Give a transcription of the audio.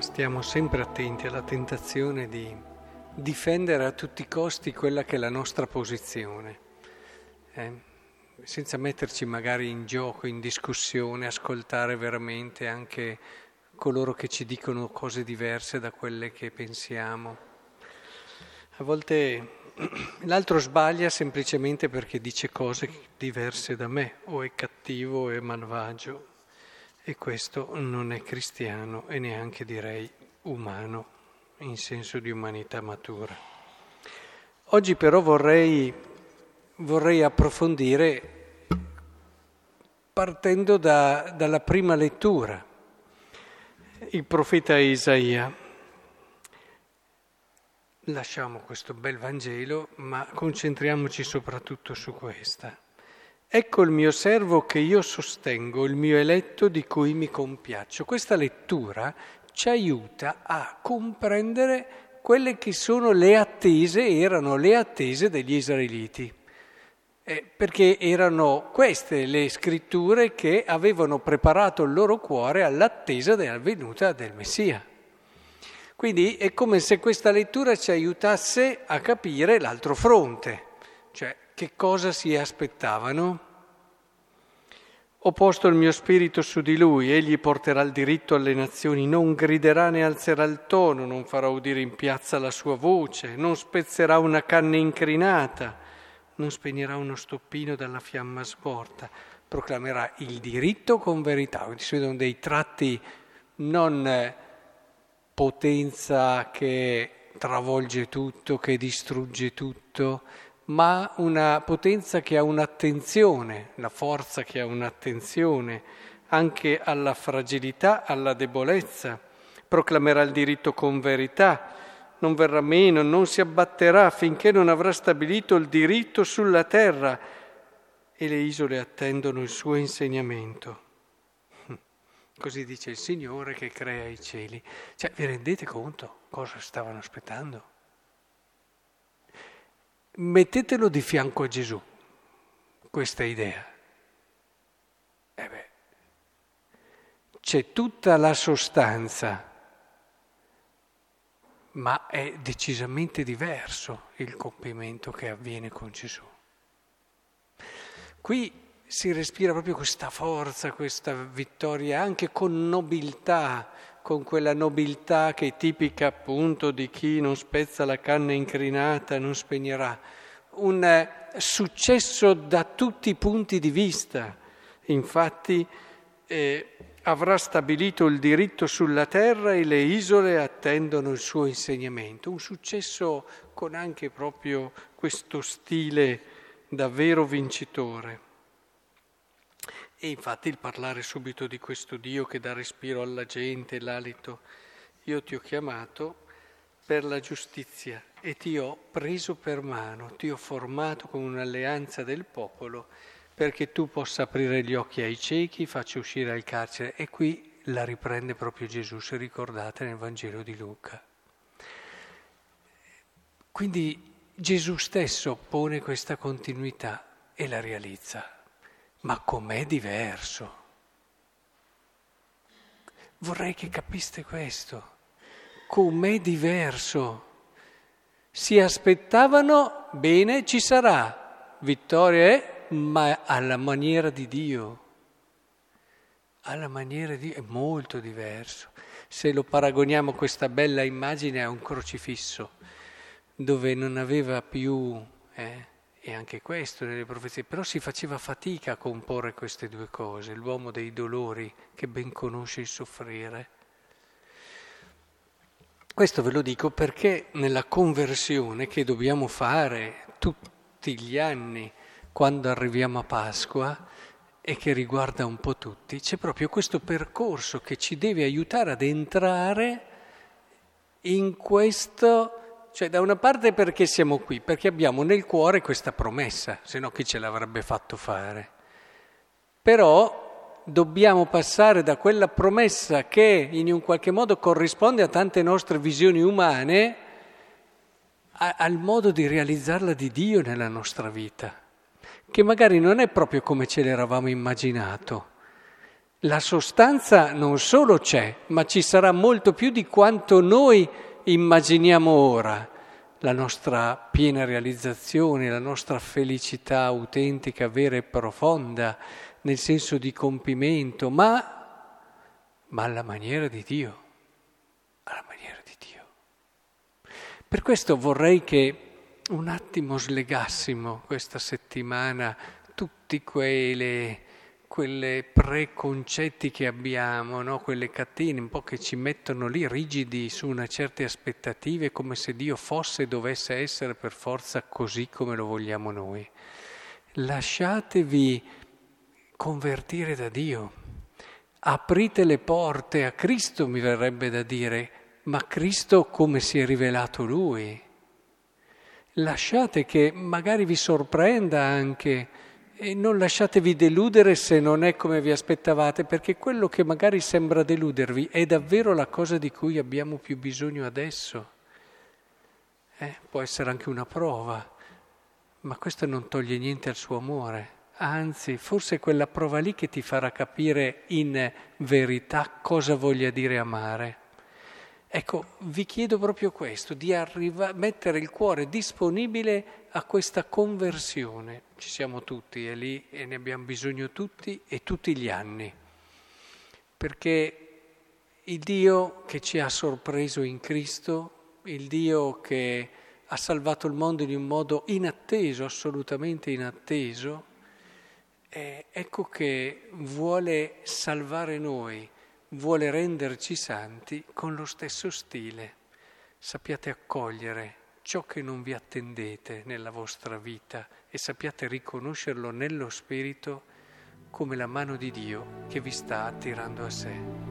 Stiamo sempre attenti alla tentazione di difendere a tutti i costi quella che è la nostra posizione, senza metterci magari in gioco, in discussione, ascoltare veramente anche coloro che ci dicono cose diverse da quelle che pensiamo. A volte l'altro sbaglia semplicemente perché dice cose diverse da me, o è cattivo o è malvagio. E questo non è cristiano e neanche direi umano, in senso di umanità matura. Oggi però vorrei approfondire partendo dalla prima lettura, il profeta Isaia. Lasciamo questo bel Vangelo, ma concentriamoci soprattutto su questa. Ecco il mio servo che io sostengo, il mio eletto di cui mi compiaccio. Questa lettura ci aiuta a comprendere quelle che sono erano le attese degli israeliti, perché erano queste le scritture che avevano preparato il loro cuore all'attesa della venuta del Messia. Quindi è come se questa lettura ci aiutasse a capire l'altro fronte, cioè che cosa si aspettavano? Ho posto il mio spirito su di lui, egli porterà il diritto alle nazioni, non griderà né alzerà il tono, non farà udire in piazza la sua voce, non spezzerà una canna incrinata, non spegnerà uno stoppino dalla fiamma sporta, proclamerà il diritto con verità. Quindi si vedono dei tratti non potenza che travolge tutto, che distrugge tutto, ma una potenza che ha un'attenzione, la forza che ha un'attenzione anche alla fragilità, alla debolezza. Proclamerà il diritto con verità, non verrà meno, non si abbatterà finché non avrà stabilito il diritto sulla terra e le isole attendono il suo insegnamento. Così dice il Signore che crea i cieli. Cioè, vi rendete conto cosa stavano aspettando? Mettetelo di fianco a Gesù, questa idea. C'è tutta la sostanza, ma è decisamente diverso il compimento che avviene con Gesù. Qui si respira proprio questa forza, questa vittoria, anche con nobiltà, con quella nobiltà che è tipica appunto di chi non spezza la canna incrinata, non spegnerà. Un successo da tutti i punti di vista. Infatti avrà stabilito il diritto sulla terra e le isole attendono il suo insegnamento. Un successo con anche proprio questo stile davvero vincitore. E infatti il parlare subito di questo Dio che dà respiro alla gente, l'alito, io ti ho chiamato per la giustizia e ti ho preso per mano, ti ho formato come un'alleanza del popolo perché tu possa aprire gli occhi ai ciechi, faccia uscire dal carcere. E qui la riprende proprio Gesù, se ricordate, nel Vangelo di Luca. Quindi Gesù stesso pone questa continuità e la realizza. Ma com'è diverso? Vorrei che capiste questo. Com'è diverso? Si aspettavano, bene, ci sarà, vittoria ma alla maniera di Dio. Alla maniera di Dio è molto diverso. Se lo paragoniamo questa bella immagine a un crocifisso, dove non aveva più... E anche questo nelle profezie, però si faceva fatica a comporre queste due cose, l'uomo dei dolori che ben conosce il soffrire. Questo ve lo dico perché nella conversione che dobbiamo fare tutti gli anni quando arriviamo a Pasqua e che riguarda un po' tutti, c'è proprio questo percorso che ci deve aiutare ad entrare in questo... Cioè, da una parte perché siamo qui? Perché abbiamo nel cuore questa promessa, se no chi ce l'avrebbe fatto fare? Però dobbiamo passare da quella promessa che in un qualche modo corrisponde a tante nostre visioni umane al modo di realizzarla di Dio nella nostra vita, che magari non è proprio come ce l'eravamo immaginato, La sostanza non solo c'è, ma ci sarà molto più di quanto noi immaginiamo ora. La nostra piena realizzazione, la nostra felicità autentica, vera e profonda, nel senso di compimento, ma alla maniera di Dio, alla maniera di Dio. Per questo vorrei che un attimo slegassimo questa settimana tutti quelle preconcetti che abbiamo, no? Quelle catene un po' che ci mettono lì rigidi su una certe aspettative, come se Dio fosse e dovesse essere per forza così come lo vogliamo noi. Lasciatevi convertire da Dio, aprite le porte a Cristo, mi verrebbe da dire, ma Cristo come si è rivelato Lui. Lasciate che magari vi sorprenda anche e non lasciatevi deludere se non è come vi aspettavate, perché quello che magari sembra deludervi è davvero la cosa di cui abbiamo più bisogno adesso. Può essere anche una prova, ma questo non toglie niente al suo amore. Anzi, forse è quella prova lì che ti farà capire in verità cosa voglia dire amare. Ecco, vi chiedo proprio questo, di mettere il cuore disponibile a questa conversione. Ci siamo tutti, è lì e ne abbiamo bisogno tutti e tutti gli anni. Perché il Dio che ci ha sorpreso in Cristo, il Dio che ha salvato il mondo in un modo inatteso, assolutamente inatteso, ecco che vuole salvare noi, vuole renderci santi con lo stesso stile. Sappiate accogliere ciò che non vi attendete nella vostra vita e sappiate riconoscerlo nello Spirito come la mano di Dio che vi sta attirando a sé.